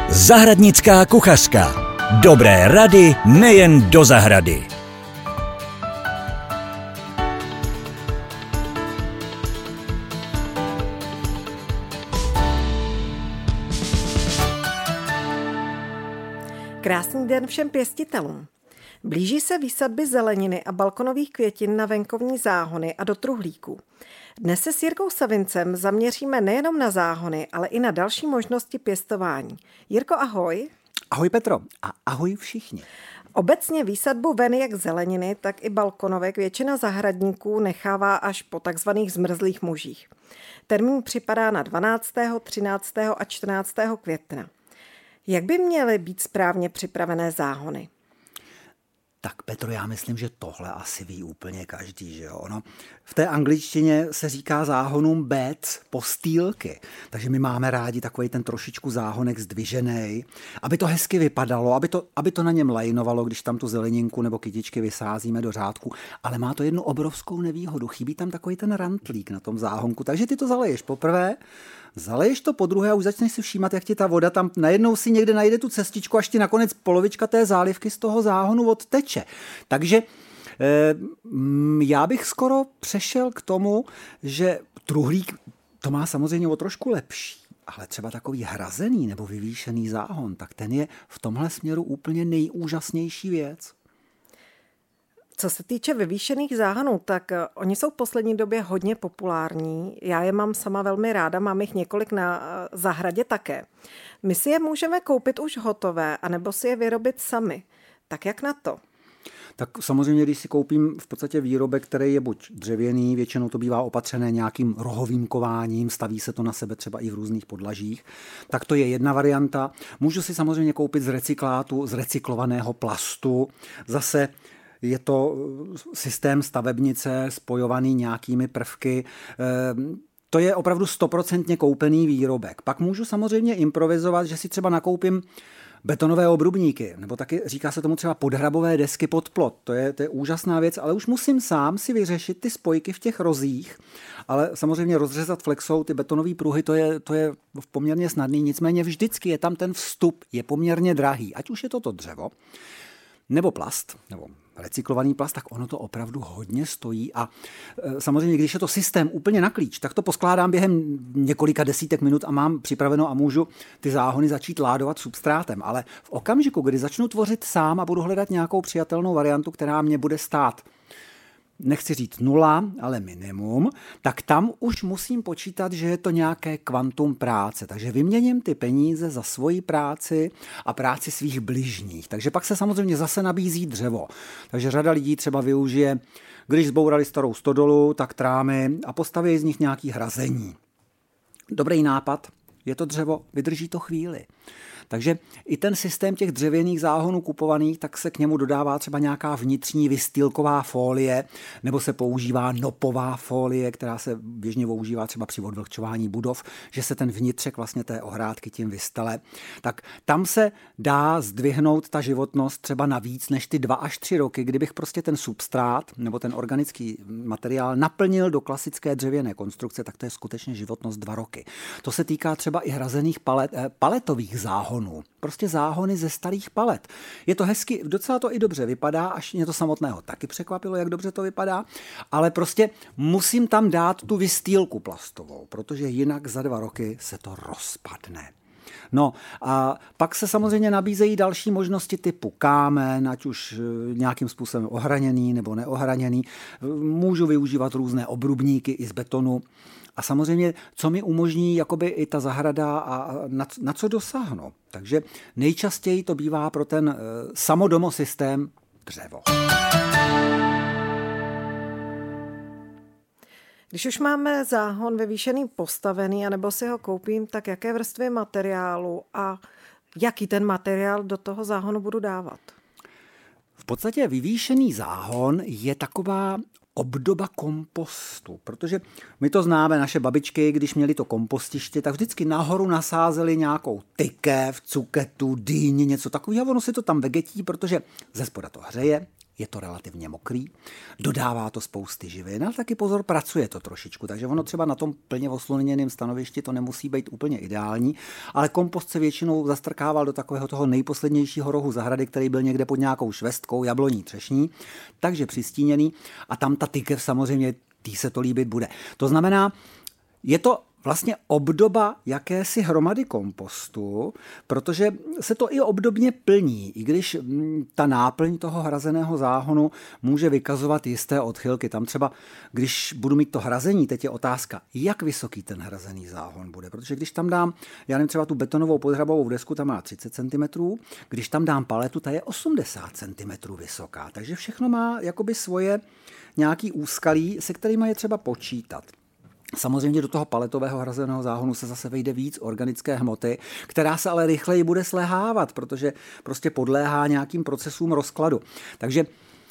Zahradnická kuchařka. Dobré rady nejen do zahrady. Krásný den všem pěstitelům. Blíží se výsadby zeleniny a balkonových květin na venkovní záhony a do truhlíků. Dnes se s Jirkou Savincem zaměříme nejenom na záhony, ale i na další možnosti pěstování. Jirko, ahoj. Ahoj Petro a ahoj všichni. Obecně výsadbu ven jak zeleniny, tak i balkonovek většina zahradníků nechává až po takzvaných zmrzlých mužích. Termín připadá na 12., 13. a 14. května. Jak by měly být správně připravené záhony? Tak Petro, já myslím, že tohle asi ví úplně každý, že jo? Ono, v té angličtině se říká záhonům beds, postýlky, takže my máme rádi takový ten trošičku záhonek zdvižený, aby to hezky vypadalo, aby to na něm lajnovalo, když tam tu zeleninku nebo kytičky vysázíme do řádku, ale má to jednu obrovskou nevýhodu, chybí tam takový ten rantlík na tom záhonku, takže ty to zaleješ poprvé, zaleješ to podruhé a už začneš si všímat, jak ti ta voda tam najednou si někde najde tu cestičku, až ti nakonec polovička té zálivky z toho záhonu odteče. Takže já bych skoro přešel k tomu, že truhlík to má samozřejmě o trošku lepší, ale třeba takový hrazený nebo vyvýšený záhon, tak ten je v tomhle směru úplně nejúžasnější věc. Co se týče vyvýšených záhonů, tak oni jsou v poslední době hodně populární. Já je mám sama velmi ráda, mám jich několik na zahradě také. My si je můžeme koupit už hotové, anebo si je vyrobit sami. Tak jak na to? Tak samozřejmě, když si koupím v podstatě výrobek, který je buď dřevěný, většinou to bývá opatřené nějakým rohovým kováním, staví se to na sebe třeba i v různých podlažích, tak to je jedna varianta. Můžu si samozřejmě koupit z recyklátu, z recyklovaného plastu. Zase je to systém stavebnice spojovaný nějakými prvky. To je opravdu 100% koupený výrobek. Pak můžu samozřejmě improvizovat, že si třeba nakoupím betonové obrubníky, nebo taky říká se tomu třeba podhrabové desky pod plot. To je úžasná věc, ale už musím sám si vyřešit ty spojky v těch rozích, ale samozřejmě rozřezat flexou ty betonové pruhy, to je poměrně snadný, nicméně vždycky je tam ten vstup, je poměrně drahý, ať už je to dřevo, nebo plast, nebo recyklovaný plast, tak ono to opravdu hodně stojí a samozřejmě, když je to systém úplně na klíč, tak to poskládám během několika desítek minut a mám připraveno a můžu ty záhony začít ládovat substrátem, ale v okamžiku, kdy začnu tvořit sám a budu hledat nějakou přijatelnou variantu, která mě bude stát, nechci říct 0, ale minimum, tak tam už musím počítat, že je to nějaké kvantum práce. Takže vyměním ty peníze za svoji práci a práci svých bližních. Takže pak se samozřejmě zase nabízí dřevo. Takže řada lidí třeba využije, když zbourali starou stodolu, tak trámy a postaví z nich nějaký hrazení. Dobrý nápad, je to dřevo, vydrží to chvíli. Takže i ten systém těch dřevěných záhonů kupovaných, tak se k němu dodává třeba nějaká vnitřní vystýlková folie, nebo se používá nopová folie, která se běžně používá třeba při odvlhčování budov, že se ten vnitřek vlastně té ohrádky tím vystele. Tak tam se dá zdvihnout ta životnost třeba na víc než ty 2 až 3 roky, kdybych prostě ten substrát nebo ten organický materiál naplnil do klasické dřevěné konstrukce, tak to je skutečně životnost 2 roky. To se týká třeba i hrazených paletových záhonů. Prostě záhony ze starých palet. Je to hezky, docela to i dobře vypadá, až mě to samotného taky překvapilo, jak dobře to vypadá, ale prostě musím tam dát tu vystýlku plastovou, protože jinak za 2 roky se to rozpadne. No a pak se samozřejmě nabízejí další možnosti typu kámen, ať už nějakým způsobem ohraněný nebo neohraněný. Můžu využívat různé obrubníky i z betonu. A samozřejmě, co mi umožní jakoby i ta zahrada a na co dosáhnu. Takže nejčastěji to bývá pro ten samodomosystém dřevo. Když už máme záhon vyvýšený postavený, anebo si ho koupím, tak jaké vrstvy materiálu a jaký ten materiál do toho záhonu budu dávat? V podstatě vyvýšený záhon je taková obdoba kompostu, protože my to známe, naše babičky, když měli to kompostiště, tak vždycky nahoru nasázeli nějakou tykev, cuketu, dýni, něco takového, ono si to tam vegetí, protože ze spoda to hřeje, je to relativně mokrý, dodává to spousty živin, ale taky pozor, pracuje to trošičku, takže ono třeba na tom plně osluněném stanovišti to nemusí být úplně ideální, ale kompost se většinou zastrkával do takového toho nejposlednějšího rohu zahrady, který byl někde pod nějakou švestkou, jabloní, třešní, takže přistíněný a tam ta tykev samozřejmě tý se to líbit bude. To znamená, je to vlastně obdoba jakési hromady kompostu, protože se to i obdobně plní, i když ta náplň toho hrazeného záhonu může vykazovat jisté odchylky. Tam třeba, když budu mít to hrazení, teď je otázka, jak vysoký ten hrazený záhon bude, protože když tam dám, já nevím, třeba tu betonovou podhrabovou desku, tam má 30 cm, když tam dám paletu, ta je 80 cm vysoká, takže všechno má jakoby svoje nějaký úskalí, se kterými je třeba počítat. Samozřejmě do toho paletového hrazeného záhonu se zase vejde víc organické hmoty, která se ale rychleji bude slehávat, protože prostě podléhá nějakým procesům rozkladu. Takže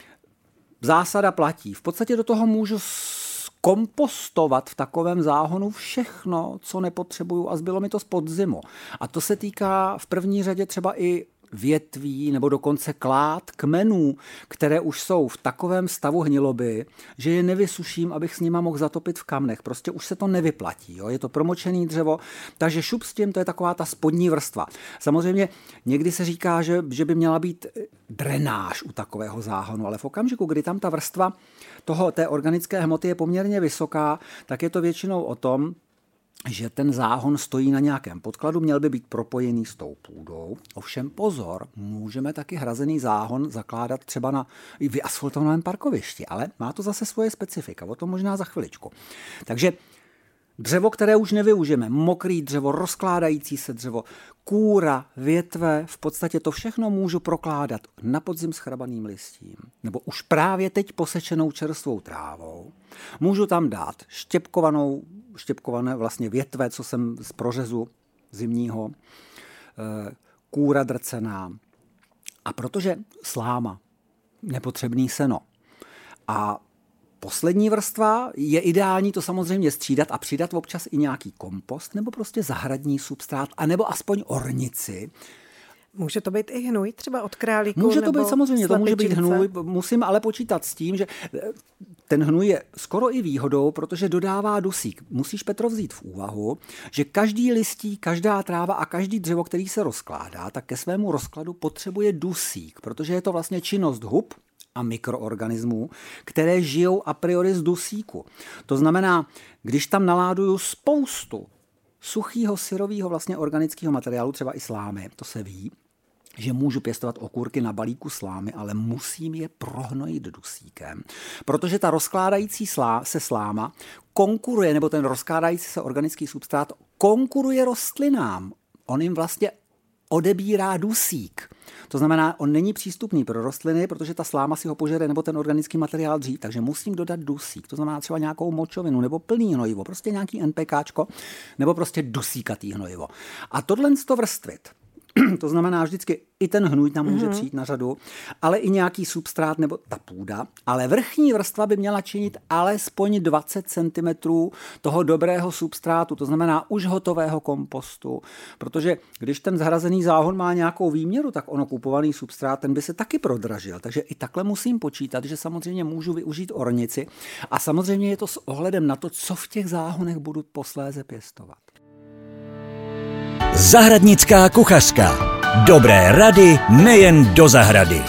zásada platí. V podstatě do toho můžu kompostovat v takovém záhonu všechno, co nepotřebuju a zbylo mi to z podzimu. A to se týká v první řadě třeba i větví nebo dokonce klád, kmenů, které už jsou v takovém stavu hniloby, že je nevysuším, abych s nima mohl zatopit v kamnech. Prostě už se to nevyplatí. Jo? Je to promočený dřevo, takže šup s tím, to je taková ta spodní vrstva. Samozřejmě někdy se říká, že by měla být drenáž u takového záhonu, ale v okamžiku, kdy tam ta vrstva té organické hmoty je poměrně vysoká, tak je to většinou o tom, že ten záhon stojí na nějakém podkladu, měl by být propojený s tou půdou. Ovšem pozor, můžeme taky hrazený záhon zakládat třeba na vyasfaltovaném parkovišti, ale má to zase svoje specifika, o tom možná za chviličku. Takže dřevo, které už nevyužijeme, mokrý dřevo, rozkládající se dřevo, kůra, větve, v podstatě to všechno můžu prokládat na podzim s chrabaným listím, nebo už právě teď posečenou čerstvou trávou. Můžu tam dát štěpkované vlastně větve, co jsem z prořezu zimního, kůra drcená. A protože sláma, nepotřebný seno a poslední vrstva je ideální to samozřejmě střídat a přidat občas i nějaký kompost nebo prostě zahradní substrát, anebo aspoň ornici. Může to být i hnůj třeba od králíku? Může to být samozřejmě, to může být hnůj. Musím ale počítat s tím, že ten hnůj je skoro i výhodou, protože dodává dusík. Musíš, Petro, vzít v úvahu, že každý listí, každá tráva a každý dřevo, který se rozkládá, tak ke svému rozkladu potřebuje dusík, protože je to vlastně činnost hub a mikroorganismů, které žijou a priori z dusíku. To znamená, když tam naláduju spoustu suchého, syrového vlastně organického materiálu, třeba i slámy, to se ví, že můžu pěstovat okurky na balíku slámy, ale musím je prohnojit dusíkem, protože ta rozkládající se sláma konkuruje, nebo ten rozkládající se organický substrát konkuruje rostlinám. On jim vlastně odebírá dusík. To znamená, on není přístupný pro rostliny, protože ta sláma si ho požere nebo ten organický materiál dřív, takže musím dodat dusík. To znamená třeba nějakou močovinu nebo plný hnojivo, prostě nějaký NPKčko nebo prostě dusíkatý hnojivo. A tohle to vrstvit. To znamená vždycky i ten hnůj tam může přijít na řadu, ale i nějaký substrát nebo ta půda. Ale vrchní vrstva by měla činit alespoň 20 cm toho dobrého substrátu, to znamená už hotového kompostu. Protože když ten zhrazený záhon má nějakou výměru, tak ono kupovaný substrát, ten by se taky prodražil. Takže i takhle musím počítat, že samozřejmě můžu využít ornici a samozřejmě je to s ohledem na to, co v těch záhonech budu posléze pěstovat. Zahradnická kuchařka. Dobré rady nejen do zahrady.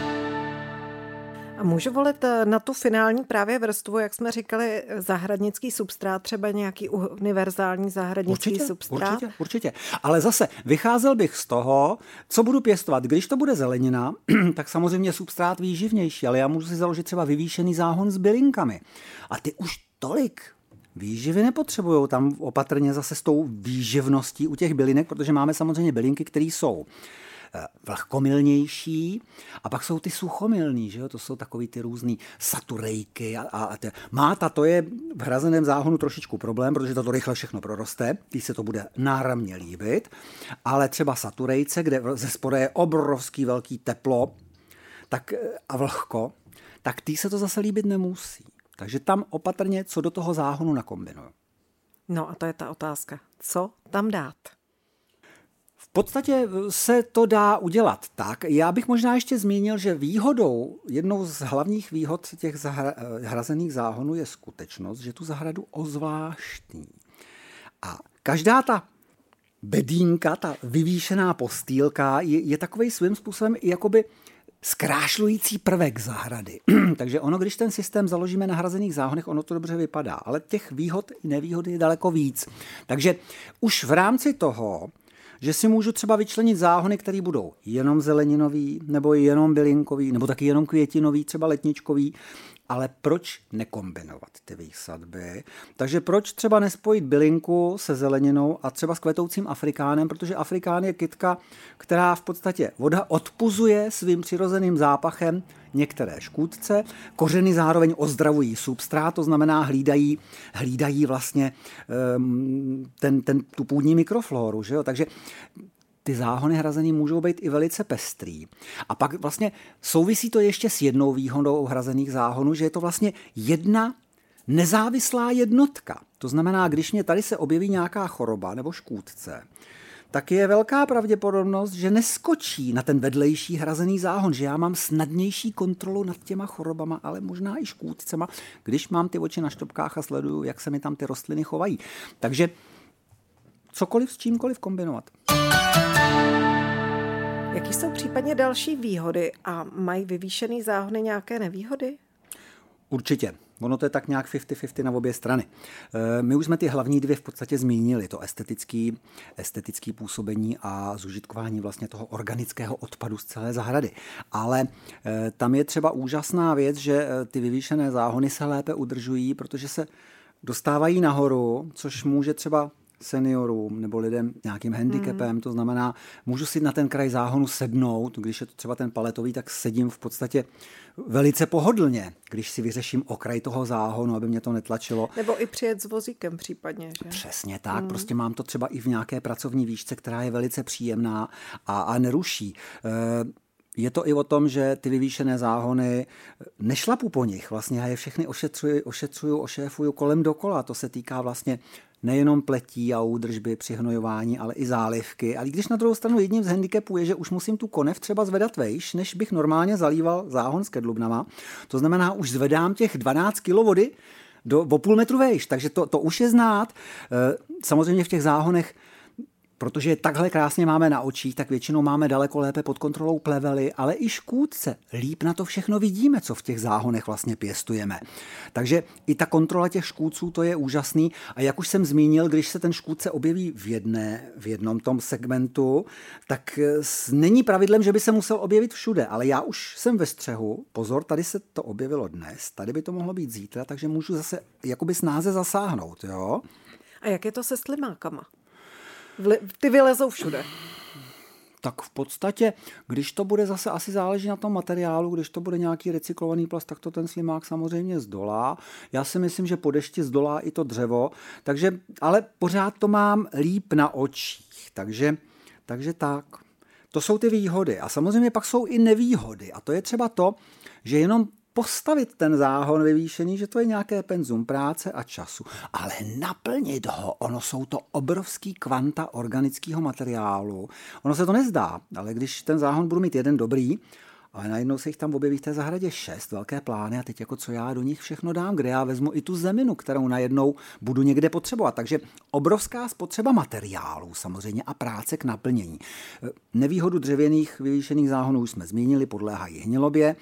A můžu volit na tu finální právě vrstvu, jak jsme říkali, zahradnický substrát, třeba nějaký univerzální zahradnický substrát? Určitě. Ale zase vycházel bych z toho, co budu pěstovat. Když to bude zelenina, tak samozřejmě substrát výživnější, ale já můžu si založit třeba vyvýšený záhon s bylinkami. A ty už tolik výživy nepotřebujou, tam opatrně zase s tou výživností u těch bylinek, protože máme samozřejmě bylinky, které jsou vlhkomilnější a pak jsou ty suchomilný, že jo? To jsou takový ty různý saturejky máta, to je v hrazeném záhonu trošičku problém, protože to rychle všechno proroste, když se to bude náramně líbit, ale třeba saturejce, kde ze spoda je obrovský velký teplo a vlhko, tak tý se to zase líbit nemusí. Takže tam opatrně, co do toho záhonu nakombinuju. No a to je ta otázka. Co tam dát? V podstatě se to dá udělat tak. Já bych možná ještě zmínil, že jednou z hlavních výhod těch hrazených záhonů je skutečnost, že tu zahradu ozvláštní. A každá ta bedínka, ta vyvýšená postýlka je takovej svým způsobem i jakoby zkrášlující prvek zahrady. Takže ono, když ten systém založíme na hrazených záhonech, ono to dobře vypadá, ale těch výhod i nevýhod je daleko víc. Takže už v rámci toho, že si můžu třeba vyčlenit záhony, které budou jenom zeleninový, nebo jenom bylinkový, nebo taky jenom květinový, třeba letničkový, ale proč nekombinovat ty výsadby? Takže proč třeba nespojit bylinku se zeleninou a třeba s kvetoucím afrikánem, protože afrikán je kytka, která v podstatě odpuzuje svým přirozeným zápachem některé škůdce, kořeny zároveň ozdravují substrát, to znamená hlídají vlastně tu půdní mikroflóru, že jo? Takže ty záhony hrazený můžou být i velice pestrý. A pak vlastně souvisí to ještě s jednou výhodou hrazených záhonů, že je to vlastně jedna nezávislá jednotka. To znamená, když mě tady se objeví nějaká choroba nebo škůdce, tak je velká pravděpodobnost, že neskočí na ten vedlejší hrazený záhon, že já mám snadnější kontrolu nad těma chorobama, ale možná i škůdcema, když mám ty oči na štopkách a sleduju, jak se mi tam ty rostliny chovají. Takže cokoliv s čímkoliv kombinovat. Jaký jsou případně další výhody a mají vyvýšený záhony nějaké nevýhody? Určitě. Ono to je tak nějak 50-50 na obě strany. My už jsme ty hlavní dvě v podstatě zmínili, to estetický působení a zužitkování vlastně toho organického odpadu z celé zahrady. Ale tam je třeba úžasná věc, že ty vyvýšené záhony se lépe udržují, protože se dostávají nahoru, což může třeba seniorům nebo lidem nějakým handicapem, to znamená, můžu si na ten kraj záhonu sednout, když je to třeba ten paletový, tak sedím v podstatě velice pohodlně, když si vyřeším okraj toho záhonu, aby mě to netlačilo. Nebo i přijet s vozíkem případně, že? Přesně tak, prostě mám to třeba i v nějaké pracovní výšce, která je velice příjemná a neruší. Je to i o tom, že ty vyvýšené záhony, nešlapu po nich, vlastně já je všechny ošetřuju, ošéfuju kolem dokola. To se týká vlastně nejenom pletí a údržby, přihnojování, ale i zálivky. Ale když na druhou stranu jedním z handicapů je, že už musím tu konev třeba zvedat vejš, než bych normálně zalíval záhon s kedlubnama. To znamená, už zvedám těch 12 kg vody o půl metru vejš, takže to už je znát. Samozřejmě v těch záhonech, protože je takhle krásně máme na očích, tak většinou máme daleko lépe pod kontrolou plevely, ale i škůdce. Líp na to všechno vidíme, co v těch záhonech vlastně pěstujeme. Takže i ta kontrola těch škůdců, to je úžasný. A jak už jsem zmínil, když se ten škůdce objeví v jednom tom segmentu, tak není pravidlem, že by se musel objevit všude. Ale já už jsem ve střehu. Pozor, tady se to objevilo dnes, tady by to mohlo být zítra, takže můžu zase jakoby snáze zasáhnout. Jo? A jak je to se slimákama? Ty vylezou všude. Tak v podstatě, když to bude zase, asi záleží na tom materiálu, když to bude nějaký recyklovaný plast, tak to ten slimák samozřejmě zdolá. Já si myslím, že po dešti zdolá i to dřevo, takže, ale pořád to mám líp na očích. Takže tak. To jsou ty výhody. A samozřejmě pak jsou i nevýhody. A to je třeba to, že jenom postavit ten záhon vyvýšený, že to je nějaké penzum práce a času. Ale naplnit ho, ono jsou to obrovský kvanta organického materiálu. Ono se to nezdá, ale když ten záhon budu mít jeden dobrý, ale najednou se jich tam objeví v té zahradě 6 velké plány a teď jako co já do nich všechno dám, kde já vezmu i tu zeminu, kterou najednou budu někde potřebovat. Takže obrovská spotřeba materiálů samozřejmě a práce k naplnění. Nevýhodu dřevěných vyvýšených záhonů už jsme zmínili, podléhají hnilobě.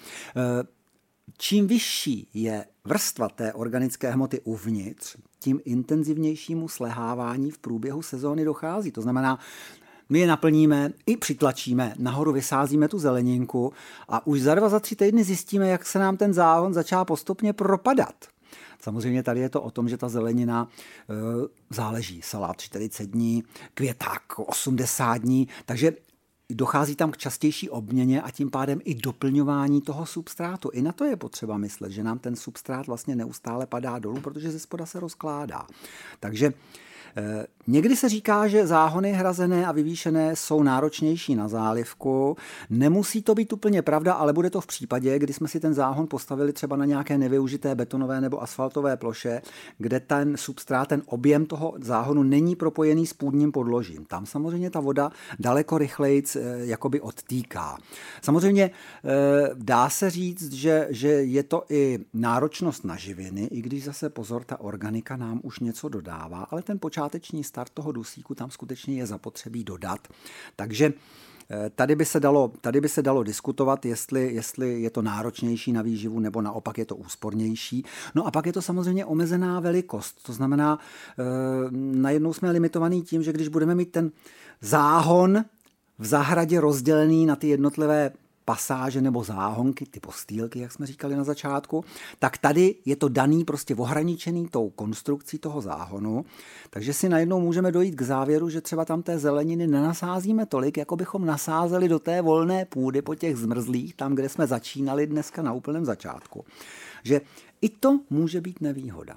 Čím vyšší je vrstva té organické hmoty uvnitř, tím intenzivnějšímu slehávání v průběhu sezóny dochází. To znamená, my je naplníme i přitlačíme, nahoru vysázíme tu zeleninku a už za 2-3 týdny zjistíme, jak se nám ten záhon začal postupně propadat. Samozřejmě tady je to o tom, že ta zelenina záleží. Salát 40 dní, květák 80 dní, takže dochází tam k častější obměně a tím pádem i doplňování toho substrátu. I na to je potřeba myslet, že nám ten substrát vlastně neustále padá dolů, protože ze spoda se rozkládá. Takže Někdy se říká, že záhony hrazené a vyvýšené jsou náročnější na zálivku. Nemusí to být úplně pravda, ale bude to v případě, kdy jsme si ten záhon postavili třeba na nějaké nevyužité betonové nebo asfaltové ploše, kde ten substrát, ten objem toho záhonu není propojený s půdním podložím. Tam samozřejmě ta voda daleko rychleji jakoby odtýká. Samozřejmě dá se říct, že je to i náročnost na živiny, i když zase pozor, ta organika nám už něco dodává, ale ten počáteční start toho dusíku tam skutečně je zapotřebí dodat. Takže tady by se dalo diskutovat, jestli je to náročnější na výživu nebo naopak je to úspornější. No a pak je to samozřejmě omezená velikost. To znamená, najednou jsme limitovaní tím, že když budeme mít ten záhon v zahradě rozdělený na ty jednotlivé pasáže nebo záhonky, ty postýlky, jak jsme říkali na začátku, tak tady je to daný prostě ohraničený tou konstrukcí toho záhonu, takže si najednou můžeme dojít k závěru, že třeba tam té zeleniny nenasázíme tolik, jako bychom nasázeli do té volné půdy po těch zmrzlých, tam, kde jsme začínali dneska na úplném začátku. Že i to může být nevýhoda.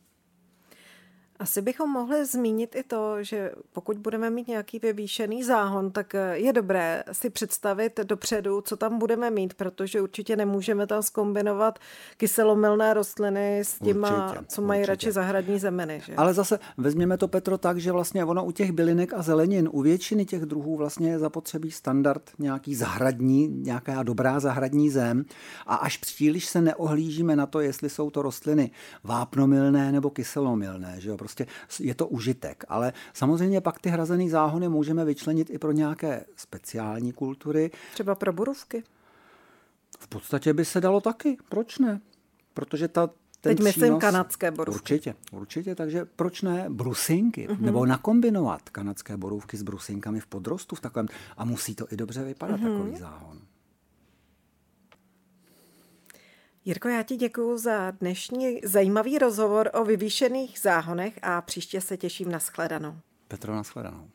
Asi bychom mohli zmínit i to, že pokud budeme mít nějaký vyvýšený záhon, tak je dobré si představit dopředu, co tam budeme mít, protože určitě nemůžeme tam zkombinovat kyselomylné rostliny s těma, co mají radši zahradní zeminy. Že? Ale zase vezměme to, Petro, tak, že vlastně ono u těch bylinek a zelenin, u většiny těch druhů vlastně je zapotřebí standard nějaký zahradní, nějaká dobrá zahradní zem a až příliš se neohlížíme na to, jestli jsou to rostliny vápnomylné nebo kyselomylné, že jo? Prostě je to užitek, ale samozřejmě pak ty hrazený záhony můžeme vyčlenit i pro nějaké speciální kultury. Třeba pro borůvky. V podstatě by se dalo taky, proč ne? Protože teď myslím kanadské borůvky. Určitě, takže proč ne brusinky, nebo nakombinovat kanadské borůvky s brusinkami v podrostu v takovém, a musí to i dobře vypadat takový záhon. Jirko, já ti děkuju za dnešní zajímavý rozhovor o vyvýšených záhonech a příště se těším na shledanou. Petro, na shledanou.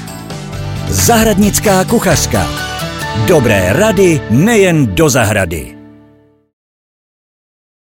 Zahradnická kuchařka. Dobré rady nejen do zahrady.